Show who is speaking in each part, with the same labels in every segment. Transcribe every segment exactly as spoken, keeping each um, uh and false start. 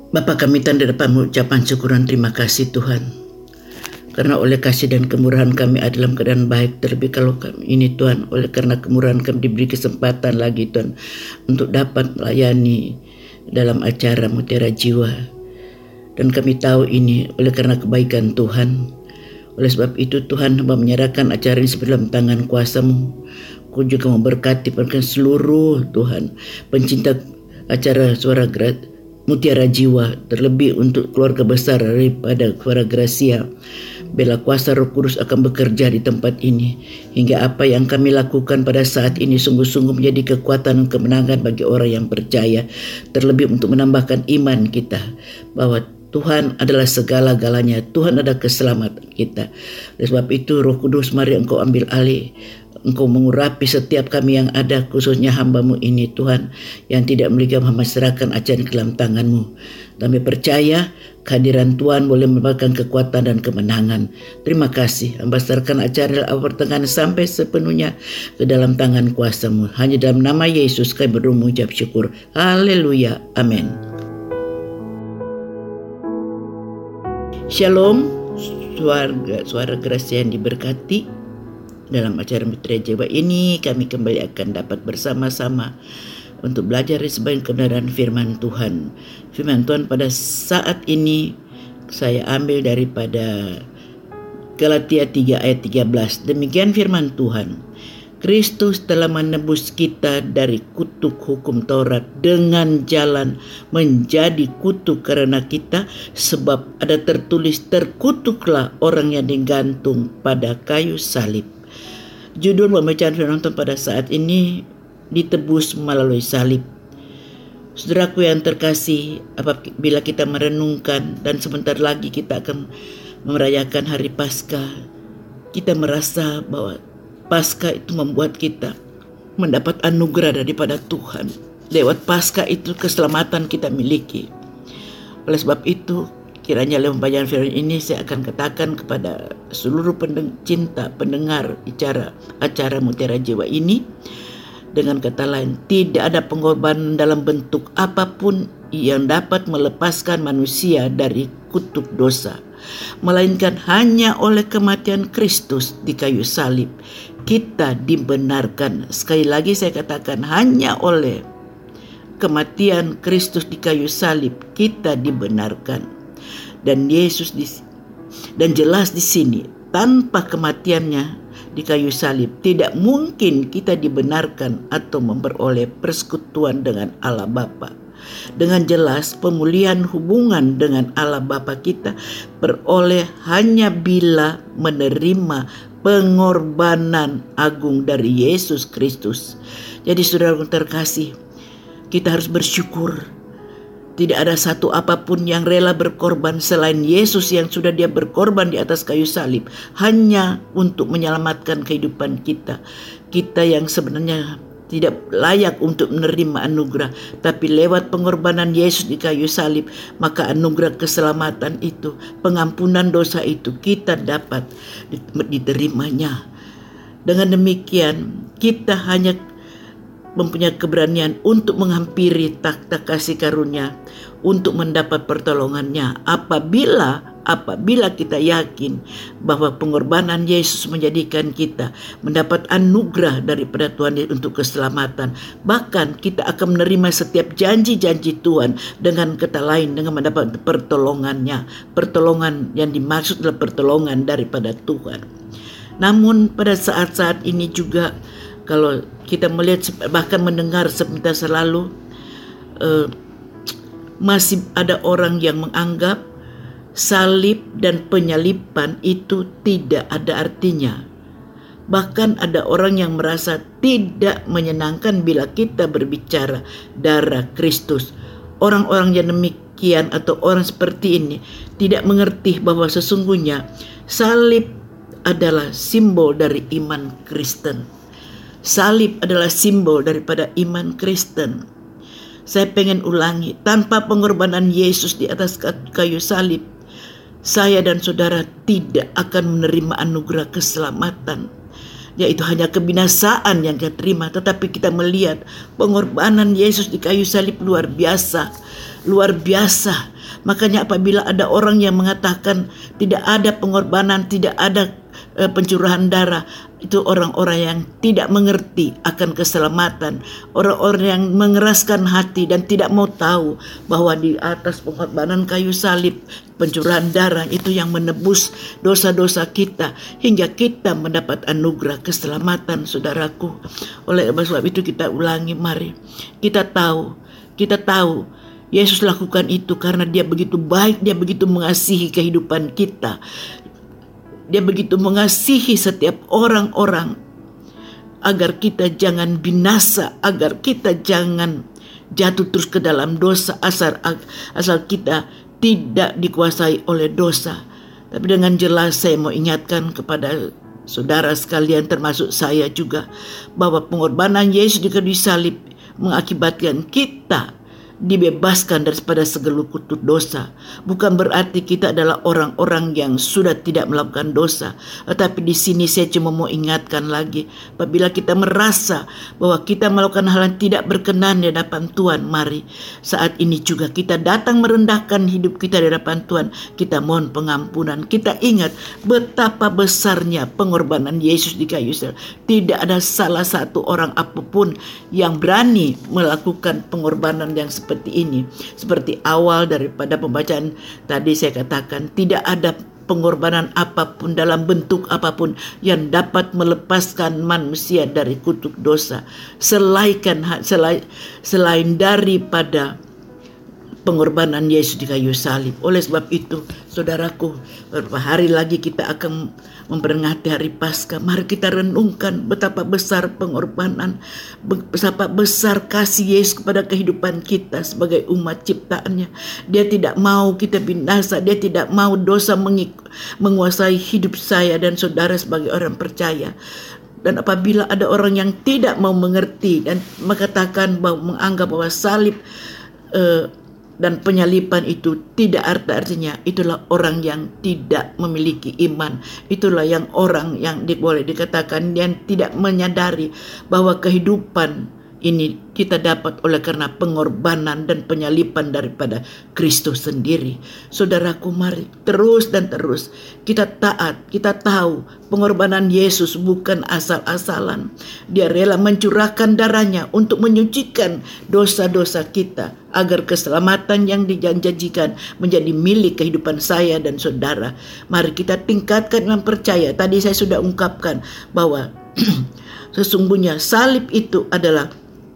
Speaker 1: Bapa, kami tanda depan ucapan syukur dan terima kasih Tuhan. Karena oleh kasih dan kemurahan kami ada dalam keadaan baik. Terlebih kalau kami ini Tuhan, oleh karena kemurahan kami diberi kesempatan lagi Tuhan untuk dapat melayani dalam acara Mutiara Jiwa. Dan kami tahu ini oleh karena kebaikan Tuhan. Oleh sebab itu Tuhan hamba menyerahkan acara ini dalam tangan kuasa-Mu. Kau juga memberkati seluruh Tuhan pencinta acara Suara Gerak Mutiara Jiwa, terlebih untuk keluarga besar daripada Suara Gracia. Bila kuasa Roh Kudus akan bekerja di tempat ini, hingga apa yang kami lakukan pada saat ini sungguh-sungguh menjadi kekuatan dan kemenangan bagi orang yang percaya, terlebih untuk menambahkan iman kita bahwa Tuhan adalah segala-galanya, Tuhan adalah keselamatan kita. Oleh sebab itu Roh Kudus, mari Engkau ambil alih, Engkau mengurapi setiap kami yang ada, khususnya hamba-Mu ini Tuhan, yang tidak memiliki hamba serahkan acara ke dalam tangan-Mu. Kami percaya kehadiran Tuhan boleh memberikan kekuatan dan kemenangan. Terima kasih, hamba serahkan acara awal pertengahan sampai sepenuhnya ke dalam tangan kuasa-Mu. Hanya dalam nama Yesus kami berdoa mengucap syukur. Haleluya, amin. Shalom, suara, suara Gracia yang diberkati. Dalam acara Mutiara Jiwa ini kami kembali akan dapat bersama-sama untuk belajar dari sebagian kebenaran firman Tuhan. Firman Tuhan pada saat ini saya ambil daripada Galatia tiga ayat tiga belas. Demikian firman Tuhan. Kristus telah menebus kita dari kutuk hukum Taurat dengan jalan menjadi kutuk karena kita, sebab ada tertulis, terkutuklah orang yang digantung pada kayu salib. Judul pembacaan firman Tuhan pada saat ini, ditebus melalui salib. Saudaraku yang terkasih, apabila kita merenungkan dan sebentar lagi kita akan merayakan hari Paskah, kita merasa bahwa Paskah itu membuat kita mendapat anugerah daripada Tuhan. Lewat Paskah itu keselamatan kita miliki. Oleh sebab itu, kiranya lewat pembacaan firman ini saya akan katakan kepada seluruh pencinta pendengar acara acara Mutiara Jiwa ini, dengan kata lain, tidak ada pengorbanan dalam bentuk apapun yang dapat melepaskan manusia dari kutuk dosa, melainkan hanya oleh kematian Kristus di kayu salib kita dibenarkan. Sekali lagi saya katakan, hanya oleh kematian Kristus di kayu salib kita dibenarkan. Dan Yesus di, dan jelas di sini, tanpa kematiannya di kayu salib tidak mungkin kita dibenarkan atau memperoleh persekutuan dengan Allah Bapa. Dengan jelas pemulihan hubungan dengan Allah Bapa kita peroleh hanya bila menerima pengorbanan agung dari Yesus Kristus. Jadi saudara terkasih, kita harus bersyukur. Tidak ada satu apapun yang rela berkorban selain Yesus yang sudah dia berkorban di atas kayu salib hanya untuk menyelamatkan kehidupan kita. Kita yang sebenarnya tidak layak untuk menerima anugerah, tapi lewat pengorbanan Yesus di kayu salib, maka anugerah keselamatan itu, pengampunan dosa itu kita dapat diterimanya. Dengan demikian kita hanya mempunyai keberanian untuk menghampiri takhta kasih karunia, untuk mendapat pertolongannya apabila apabila kita yakin bahwa pengorbanan Yesus menjadikan kita mendapat anugerah daripada Tuhan untuk keselamatan. Bahkan kita akan menerima setiap janji-janji Tuhan, dengan kata lain dengan mendapat pertolongannya. Pertolongan yang dimaksud adalah pertolongan daripada Tuhan. Namun pada saat-saat ini juga, kalau kita melihat bahkan mendengar sebentar selalu, eh, masih ada orang yang menganggap salib dan penyaliban itu tidak ada artinya. Bahkan ada orang yang merasa tidak menyenangkan bila kita berbicara darah Kristus. Orang-orang yang demikian atau orang seperti ini tidak mengerti bahwa sesungguhnya salib adalah simbol dari iman Kristen. Salib adalah simbol daripada iman Kristen. Saya pengen ulangi, tanpa pengorbanan Yesus di atas kayu salib, saya dan saudara tidak akan menerima anugerah keselamatan. Yaitu hanya kebinasaan yang kita terima. Tetapi kita melihat pengorbanan Yesus di kayu salib luar biasa. Luar biasa. Makanya apabila ada orang yang mengatakan tidak ada pengorbanan, tidak ada uh, pencurahan darah, itu orang-orang yang tidak mengerti akan keselamatan, orang-orang yang mengeraskan hati dan tidak mau tahu bahwa di atas pengorbanan kayu salib, pencurahan darah itu yang menebus dosa-dosa kita hingga kita mendapat anugerah keselamatan, saudaraku. Oleh sebab itu kita ulangi, mari kita tahu, kita tahu Yesus lakukan itu karena dia begitu baik, dia begitu mengasihi kehidupan kita. Dia begitu mengasihi setiap orang-orang agar kita jangan binasa, agar kita jangan jatuh terus ke dalam dosa asal, asal kita tidak dikuasai oleh dosa. Tapi dengan jelas saya mau ingatkan kepada saudara sekalian, termasuk saya juga, bahwa pengorbanan Yesus di kayu salib mengakibatkan kita dibebaskan daripada segala kutuk dosa. Bukan berarti kita adalah orang-orang yang sudah tidak melakukan dosa. Tetapi di sini saya cuma mau ingatkan lagi, apabila kita merasa bahwa kita melakukan hal yang tidak berkenan di hadapan Tuhan, mari saat ini juga kita datang merendahkan hidup kita di hadapan Tuhan. Kita mohon pengampunan. Kita ingat betapa besarnya pengorbanan Yesus di kayu salib. Tidak ada salah satu orang apapun yang berani melakukan pengorbanan yang seperti seperti ini. Seperti awal daripada pembacaan tadi saya katakan, tidak ada pengorbanan apapun dalam bentuk apapun yang dapat melepaskan manusia dari kutuk dosa selain selain, selain daripada pengorbanan Yesus di kayu salib. Oleh sebab itu, saudaraku, beberapa hari lagi kita akan memperingati hari Paskah. Mari kita renungkan betapa besar pengorbanan, betapa besar kasih Yesus kepada kehidupan kita sebagai umat ciptaannya. Dia tidak mau kita binasa, dia tidak mau dosa menguasai hidup saya dan saudara sebagai orang percaya. Dan apabila ada orang yang tidak mau mengerti dan mengatakan bahwa menganggap bahwa salib uh, dan penyalipan itu tidak arti-artinya, itulah orang yang tidak memiliki iman. Itulah yang orang yang boleh dikatakan yang tidak menyadari bahwa kehidupan ini kita dapat oleh karena pengorbanan dan penyalipan daripada Kristus sendiri. Saudaraku, mari terus dan terus kita taat, kita tahu pengorbanan Yesus bukan asal-asalan. Dia rela mencurahkan darahnya untuk menyucikan dosa-dosa kita agar keselamatan yang dijanjikan menjadi milik kehidupan saya dan saudara. Mari kita tingkatkan iman percaya. Tadi saya sudah ungkapkan bahwa sesungguhnya salib itu adalah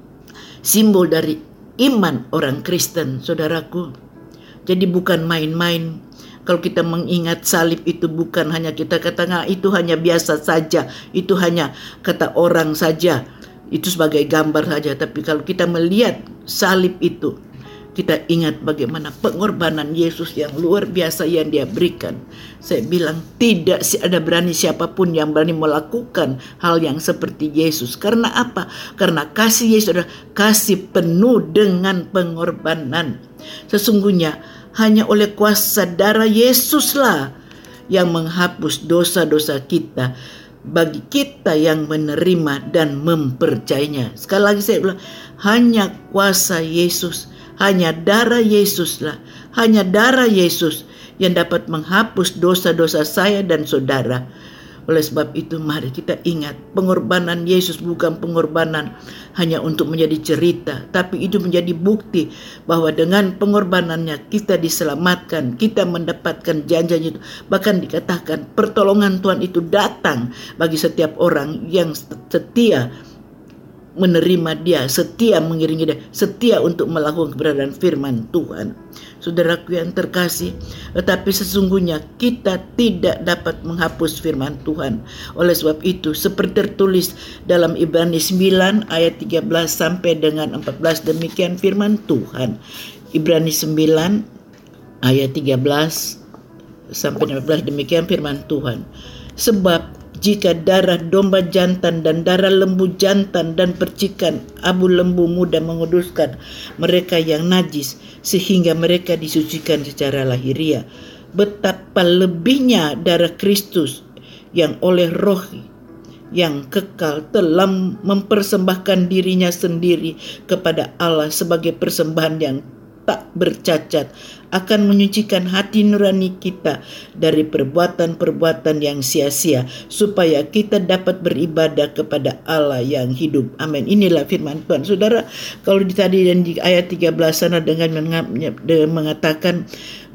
Speaker 1: simbol dari iman orang Kristen, saudaraku. Jadi bukan main-main. Kalau kita mengingat salib itu bukan hanya kita katakan itu hanya biasa saja, itu hanya kata orang saja, itu sebagai gambar saja. Tapi kalau kita melihat salib itu, kita ingat bagaimana pengorbanan Yesus yang luar biasa yang dia berikan. Saya bilang tidak ada berani siapapun yang berani melakukan hal yang seperti Yesus. Karena apa? Karena kasih Yesus adalah kasih penuh dengan pengorbanan. Sesungguhnya hanya oleh kuasa darah Yesuslah yang menghapus dosa-dosa kita bagi kita yang menerima dan mempercayainya. Sekali lagi saya bilang, hanya kuasa Yesus, hanya darah Yesuslah, hanya darah Yesus yang dapat menghapus dosa-dosa saya dan saudara. Oleh sebab itu mari kita ingat, pengorbanan Yesus bukan pengorbanan hanya untuk menjadi cerita, tapi itu menjadi bukti bahwa dengan pengorbanannya kita diselamatkan, kita mendapatkan janjinya itu. Bahkan dikatakan pertolongan Tuhan itu datang bagi setiap orang yang setia menerima dia, setia mengiringi dia, setia untuk melakukan keberadaan firman Tuhan. Saudaraku yang terkasih, tetapi sesungguhnya kita tidak dapat menghapus firman Tuhan. Oleh sebab itu, seperti tertulis dalam Ibrani sembilan ayat tiga belas sampai dengan empat belas, demikian firman Tuhan. Ibrani sembilan ayat tiga belas sampai empat belas, demikian firman Tuhan. Sebab jika darah domba jantan dan darah lembu jantan dan percikan abu lembu muda menguduskan mereka yang najis sehingga mereka disucikan secara lahiriah, betapa lebihnya darah Kristus yang oleh roh yang kekal telah mempersembahkan dirinya sendiri kepada Allah sebagai persembahan yang tak bercacat, akan menyucikan hati nurani kita dari perbuatan-perbuatan yang sia-sia, supaya kita dapat beribadah kepada Allah yang hidup. Amin. Inilah firman Tuhan. Saudara, kalau di tadi dan di ayat tiga belas sana dengan mengatakan,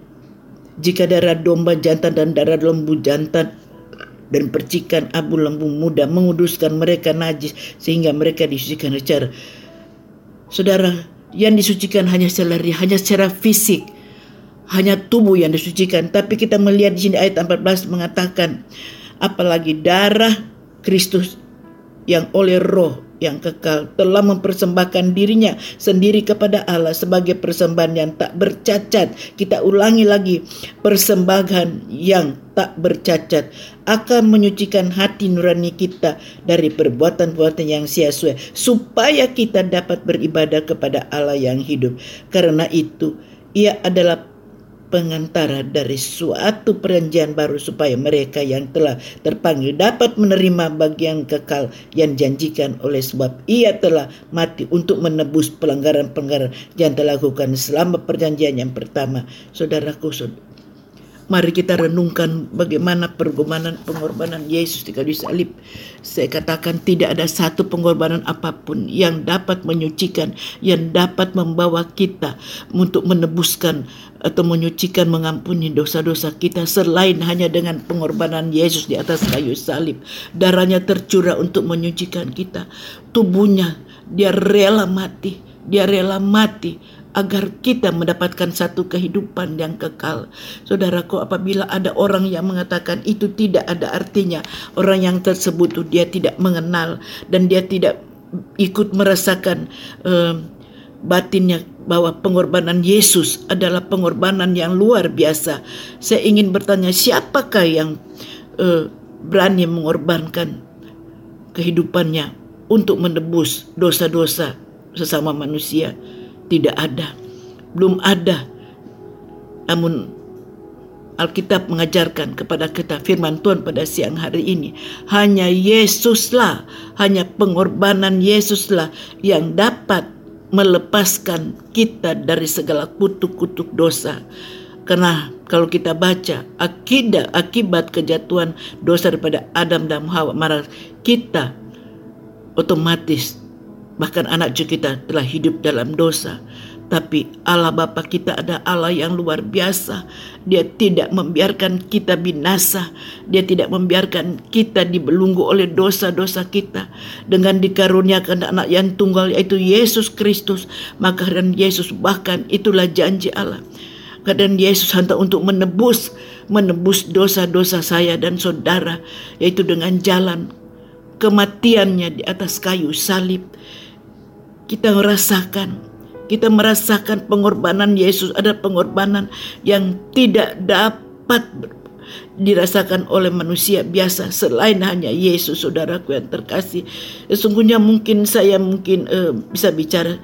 Speaker 1: jika darah domba jantan dan darah lembu jantan dan percikan abu lembu muda menguduskan mereka najis, sehingga mereka disucikan secara, saudara, yang disucikan hanya secara hanya secara fisik, hanya tubuh yang disucikan. Tapi kita melihat di sini ayat empat belas mengatakan, apalagi darah Kristus yang oleh Roh yang kekal telah mempersembahkan dirinya sendiri kepada Allah sebagai persembahan yang tak bercacat. Kita ulangi lagi, persembahan yang tak bercacat akan menyucikan hati nurani kita dari perbuatan-perbuatan yang sia-sia, supaya kita dapat beribadah kepada Allah yang hidup. Karena itu, Ia adalah pengantara dari suatu perjanjian baru, supaya mereka yang telah terpanggil dapat menerima bagian kekal yang janjikan, oleh sebab Ia telah mati untuk menebus pelanggaran-pelanggaran yang telah dilakukan selama perjanjian yang pertama. Saudaraku, saudara, mari kita renungkan bagaimana pengorbanan pengorbanan Yesus di kayu salib. Saya katakan tidak ada satu pengorbanan apapun yang dapat menyucikan, yang dapat membawa kita untuk menebuskan atau menyucikan, mengampuni dosa-dosa kita, selain hanya dengan pengorbanan Yesus di atas kayu salib. Darahnya tercurah untuk menyucikan kita. Tubuhnya, Dia rela mati. Dia rela mati agar kita mendapatkan satu kehidupan yang kekal. Saudaraku, apabila ada orang yang mengatakan itu tidak ada artinya, orang yang tersebut itu dia tidak mengenal dan dia tidak ikut merasakan uh, batinnya bahwa pengorbanan Yesus adalah pengorbanan yang luar biasa. Saya ingin bertanya, siapakah yang uh, berani mengorbankan kehidupannya untuk menebus dosa-dosa sesama manusia? Tidak ada, belum ada. Namun Alkitab mengajarkan kepada kita, firman Tuhan pada siang hari ini, hanya Yesuslah, hanya pengorbanan Yesuslah yang dapat melepaskan kita dari segala kutuk-kutuk dosa. Karena kalau kita baca akibat akibat kejatuhan dosa daripada Adam dan Hawa, maka kita otomatis, bahkan anak cucu kita telah hidup dalam dosa. Tapi Allah Bapa kita ada Allah yang luar biasa. Dia tidak membiarkan kita binasa. Dia tidak membiarkan kita dibelenggu oleh dosa-dosa kita. Dengan dikaruniakan anak yang tunggal, yaitu Yesus Kristus, maka dan Yesus, bahkan itulah janji Allah, dan Yesus hantar untuk menebus menebus dosa-dosa saya dan saudara, yaitu dengan jalan kematiannya di atas kayu salib. Kita merasakan Kita merasakan pengorbanan Yesus, ada pengorbanan yang tidak dapat dirasakan oleh manusia biasa selain hanya Yesus. Saudaraku yang terkasih, sesungguhnya mungkin saya mungkin uh, bisa bicara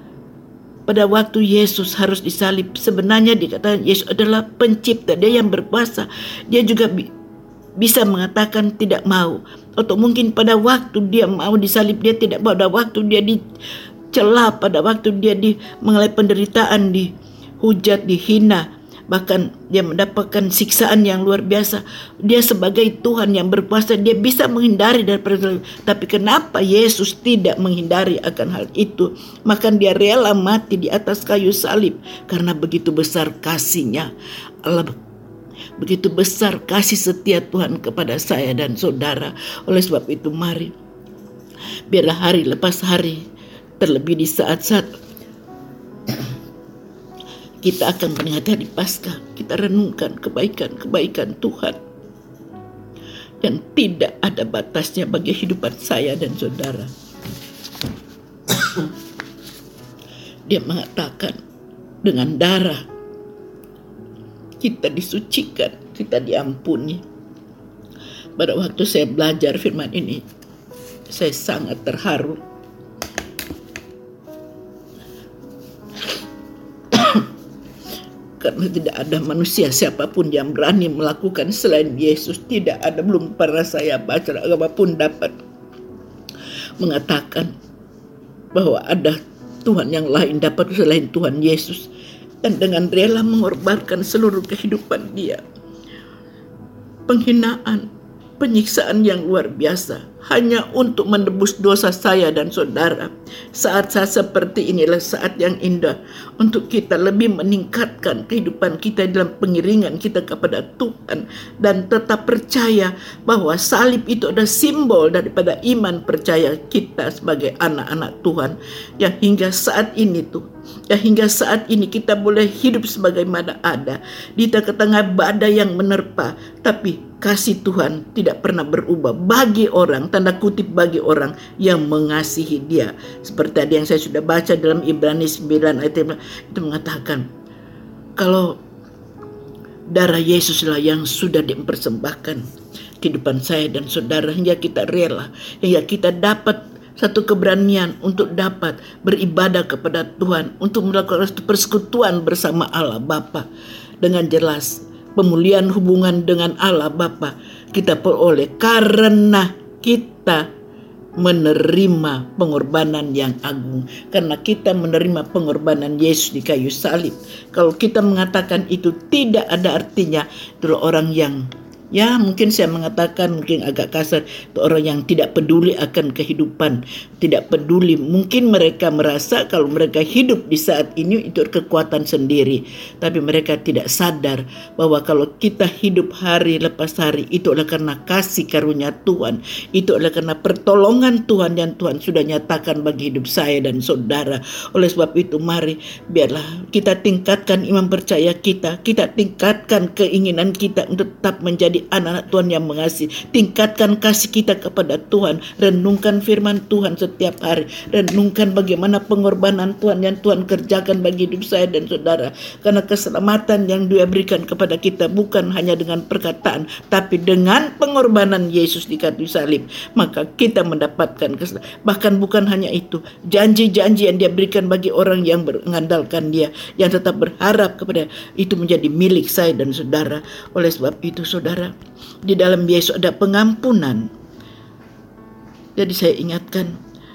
Speaker 1: pada waktu Yesus harus disalib. Sebenarnya dikatakan Yesus adalah pencipta, Dia yang berkuasa. Dia juga bi- bisa mengatakan tidak mau, atau mungkin pada waktu Dia mau disalib Dia tidak mau, pada waktu Dia di celah, pada waktu dia di mengalami penderitaan, dihujat, dihina, bahkan dia mendapatkan siksaan yang luar biasa. Dia sebagai Tuhan yang berkuasa, dia bisa menghindari daripada. Tapi kenapa Yesus tidak menghindari akan hal itu? Maka dia rela mati di atas kayu salib, karena begitu besar kasihnya Allah, begitu besar kasih setia Tuhan kepada saya dan saudara. Oleh sebab itu, mari biarlah hari lepas hari, terlebih di saat-saat kita akan meninggalkan hari Paskah, kita renungkan kebaikan-kebaikan Tuhan dan tidak ada batasnya bagi kehidupan saya dan saudara. Dia mengatakan dengan darah kita disucikan, kita diampuni. Pada waktu saya belajar firman ini, saya sangat terharu. Karena tidak ada manusia siapapun yang berani melakukan selain Yesus. Tidak ada, belum pernah saya baca agama pun dapat mengatakan bahwa ada Tuhan yang lain dapat selain Tuhan Yesus. dan dengan rela mengorbankan seluruh kehidupan dia. Penghinaan, penyiksaan yang luar biasa hanya untuk menebus dosa saya dan saudara. Saat-saat seperti inilah saat yang indah untuk kita lebih meningkatkan kehidupan kita dalam pengiringan kita kepada Tuhan dan tetap percaya bahwa salib itu adalah simbol daripada iman percaya kita sebagai anak-anak Tuhan. Ya hingga saat ini tuh, ya hingga saat ini kita boleh hidup sebagaimana ada di tengah-tengah badai yang menerpa, tapi kasih Tuhan tidak pernah berubah bagi orang, tanda kutip bagi orang yang mengasihi dia. Seperti tadi yang saya sudah baca dalam Ibrani sembilan ayat itu mengatakan, kalau darah Yesuslah yang sudah dipersembahkan kehidupan saya dan saudara, hingga kita rela, hingga kita dapat satu keberanian untuk dapat beribadah kepada Tuhan, untuk melakukan persekutuan bersama Allah Bapa. Dengan jelas pemulihan hubungan dengan Allah Bapa kita peroleh karena kita menerima pengorbanan yang agung, karena kita menerima pengorbanan Yesus di kayu salib. Kalau kita mengatakan itu tidak ada artinya, itu orang yang, ya mungkin saya mengatakan mungkin agak kasar, itu orang yang tidak peduli akan kehidupan, tidak peduli. Mungkin mereka merasa kalau mereka hidup di saat ini itu kekuatan sendiri, tapi mereka tidak sadar bahwa kalau kita hidup hari lepas hari itu adalah karena kasih karunia Tuhan, itu adalah karena pertolongan Tuhan yang Tuhan sudah nyatakan bagi hidup saya dan saudara. Oleh sebab itu mari biarlah kita tingkatkan iman percaya kita, kita tingkatkan keinginan kita untuk tetap menjadi anak-anak Tuhan yang mengasihi. Tingkatkan kasih kita kepada Tuhan, renungkan firman Tuhan setiap hari, renungkan bagaimana pengorbanan Tuhan yang Tuhan kerjakan bagi hidup saya dan saudara. Karena keselamatan yang Dia berikan kepada kita bukan hanya dengan perkataan, tapi dengan pengorbanan Yesus di kayu salib, maka kita mendapatkan keselamatan. Bahkan bukan hanya itu, janji-janji yang Dia berikan bagi orang yang mengandalkan Dia, yang tetap berharap kepada itu menjadi milik saya dan saudara. Oleh sebab itu saudara, di dalam Yesus ada pengampunan. Jadi saya ingatkan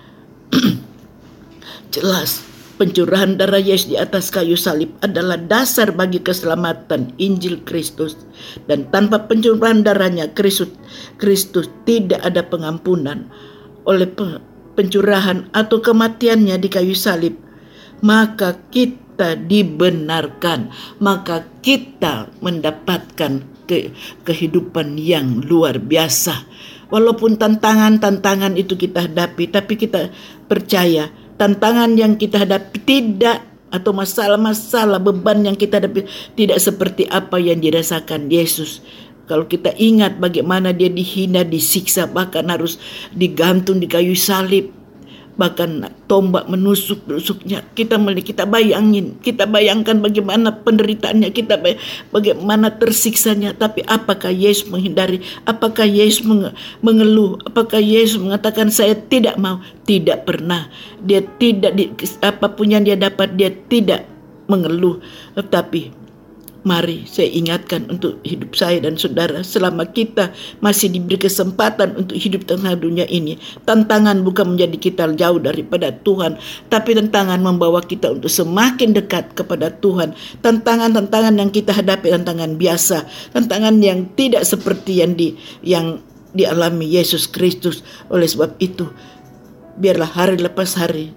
Speaker 1: jelas pencurahan darah Yesus di atas kayu salib adalah dasar bagi keselamatan Injil Kristus, dan tanpa pencurahan darahnya Kristus Kristus tidak ada pengampunan. Oleh pencurahan atau kematiannya di kayu salib, maka kita dibenarkan, maka kita mendapatkan ke, kehidupan yang luar biasa. Walaupun tantangan-tantangan itu kita hadapi, tapi kita percaya tantangan yang kita hadapi tidak, atau masalah-masalah beban yang kita hadapi tidak seperti apa yang dirasakan Yesus. Kalau kita ingat bagaimana Dia dihina, disiksa, bahkan harus digantung di kayu salib, bahkan tombak menusuk-nusuknya, kita kita bayangin, kita bayangkan bagaimana penderitaannya, kita bagaimana tersiksanya. Tapi apakah Yesus menghindari? Apakah Yesus mengeluh? Apakah Yesus mengatakan saya tidak mau? Tidak pernah. Dia tidak, apapun yang Dia dapat, Dia tidak mengeluh. Tetapi mari saya ingatkan untuk hidup saya dan saudara, selama kita masih diberi kesempatan untuk hidup tengah dunia ini, tantangan bukan menjadi kita jauh daripada Tuhan, tapi tantangan membawa kita untuk semakin dekat kepada Tuhan. Tantangan-tantangan yang kita hadapi tantangan biasa, tantangan yang tidak seperti yang di yang dialami Yesus Kristus. Oleh sebab itu, biarlah hari lepas hari,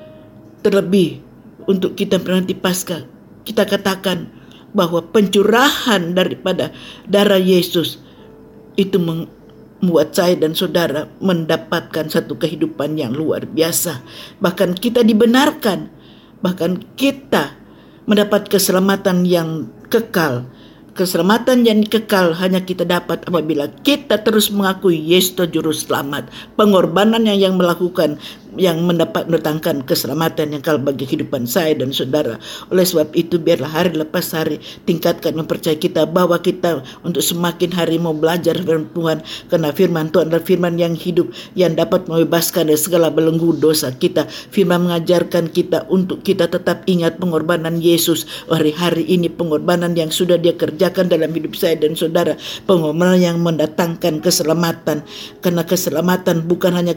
Speaker 1: terlebih untuk kita menanti Paskah, kita katakan bahwa pencurahan daripada darah Yesus itu membuat saya dan saudara mendapatkan satu kehidupan yang luar biasa. Bahkan kita dibenarkan, bahkan kita mendapat keselamatan yang kekal. Keselamatan yang kekal hanya kita dapat apabila kita terus mengakui Yesus Juru Selamat, pengorbanan yang, yang melakukan, yang mendapat mendatangkan keselamatan yang kekal bagi kehidupan saya dan saudara. Oleh sebab itu, biarlah hari lepas hari tingkatkan mempercayai kita bahwa kita untuk semakin hari mau belajar firman Tuhan, karena firman Tuhan adalah firman yang hidup, yang dapat membebaskan dari segala belenggu dosa kita. Firman mengajarkan kita untuk kita tetap ingat pengorbanan Yesus hari-hari ini, pengorbanan yang sudah Dia kerjakan dalam hidup saya dan saudara, pengorbanan yang mendatangkan keselamatan. Karena keselamatan bukan hanya kita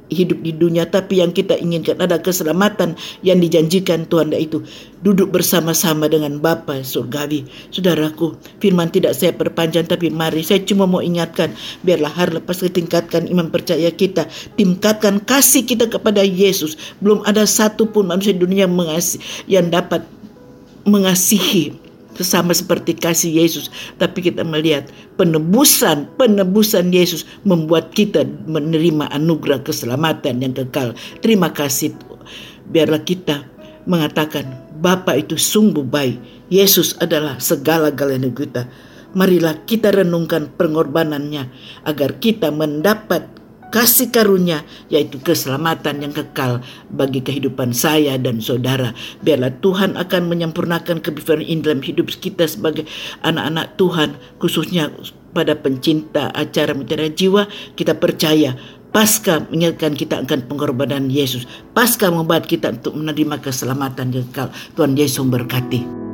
Speaker 1: hidup di dunia, tapi yang kita inginkan ada keselamatan yang dijanjikan Tuhan, yaitu duduk bersama-sama dengan Bapa surgawi. Saudaraku, firman tidak saya perpanjang, tapi mari saya cuma mau ingatkan, biarlah hari lepas tingkatkan iman percaya kita, tingkatkan kasih kita kepada Yesus. Belum ada satupun manusia di dunia yang mengasihi, yang dapat mengasihi sesama seperti kasih Yesus. Tapi kita melihat penebusan penebusan Yesus membuat kita menerima anugerah keselamatan yang kekal. Terima kasih. Biarlah kita mengatakan Bapa itu sungguh baik, Yesus adalah segala-galanya kita. Marilah kita renungkan pengorbanannya agar kita mendapat kasih karunia, yaitu keselamatan yang kekal bagi kehidupan saya dan saudara. Biarlah Tuhan akan menyempurnakan kebenaran ini dalam hidup kita sebagai anak-anak Tuhan, khususnya pada pencinta acara Mutiara Jiwa. Kita percaya Paskah mengingatkan kita akan pengorbanan Yesus. Paskah membuat kita untuk menerima keselamatan yang kekal. Tuhan Yesus memberkati.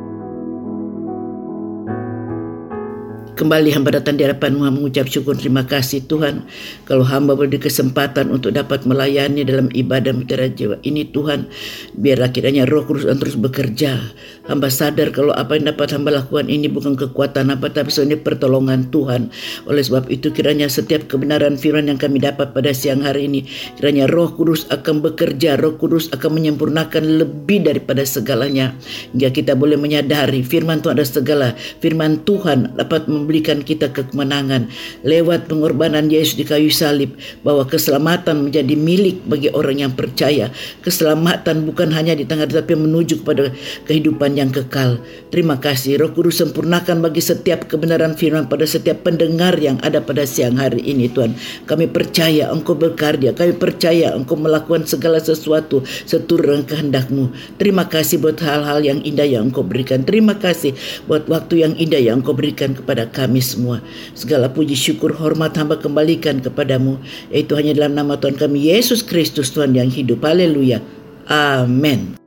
Speaker 1: Kembali hamba datang di hadapan-Mu mengucap syukur terima kasih Tuhan, kalau hamba beri kesempatan untuk dapat melayani dalam ibadah Mutiara Jiwa ini Tuhan. Biarlah kiranya Roh Kudus terus bekerja. Hamba sadar kalau apa yang dapat hamba lakukan ini bukan kekuatan hamba, tapi sebenarnya pertolongan Tuhan. Oleh sebab itu kiranya setiap kebenaran firman yang kami dapat pada siang hari ini, kiranya Roh Kudus akan bekerja, Roh Kudus akan menyempurnakan lebih daripada segalanya, hingga kita boleh menyadari firman Tuhan ada segala. Firman Tuhan dapat memberikan kita kemenangan lewat pengorbanan Yesus di kayu salib, bahwa keselamatan menjadi milik bagi orang yang percaya. Keselamatan bukan hanya di tengah, tetapi menuju kepada kehidupan yang kekal. Terima kasih Roh Kudus, sempurnakan bagi setiap kebenaran firman pada setiap pendengar yang ada pada siang hari ini Tuhan. Kami percaya Engkau berkarya, kami percaya Engkau melakukan segala sesuatu seturut dengan kehendak-Mu. Terima kasih buat hal-hal yang indah yang Engkau berikan. Terima kasih buat waktu yang indah yang Engkau berikan kepada kami semua. Segala puji syukur hormat hamba kembalikan kepadamu, yaitu hanya dalam nama Tuhan kami Yesus Kristus Tuhan yang hidup. Haleluya. Amin.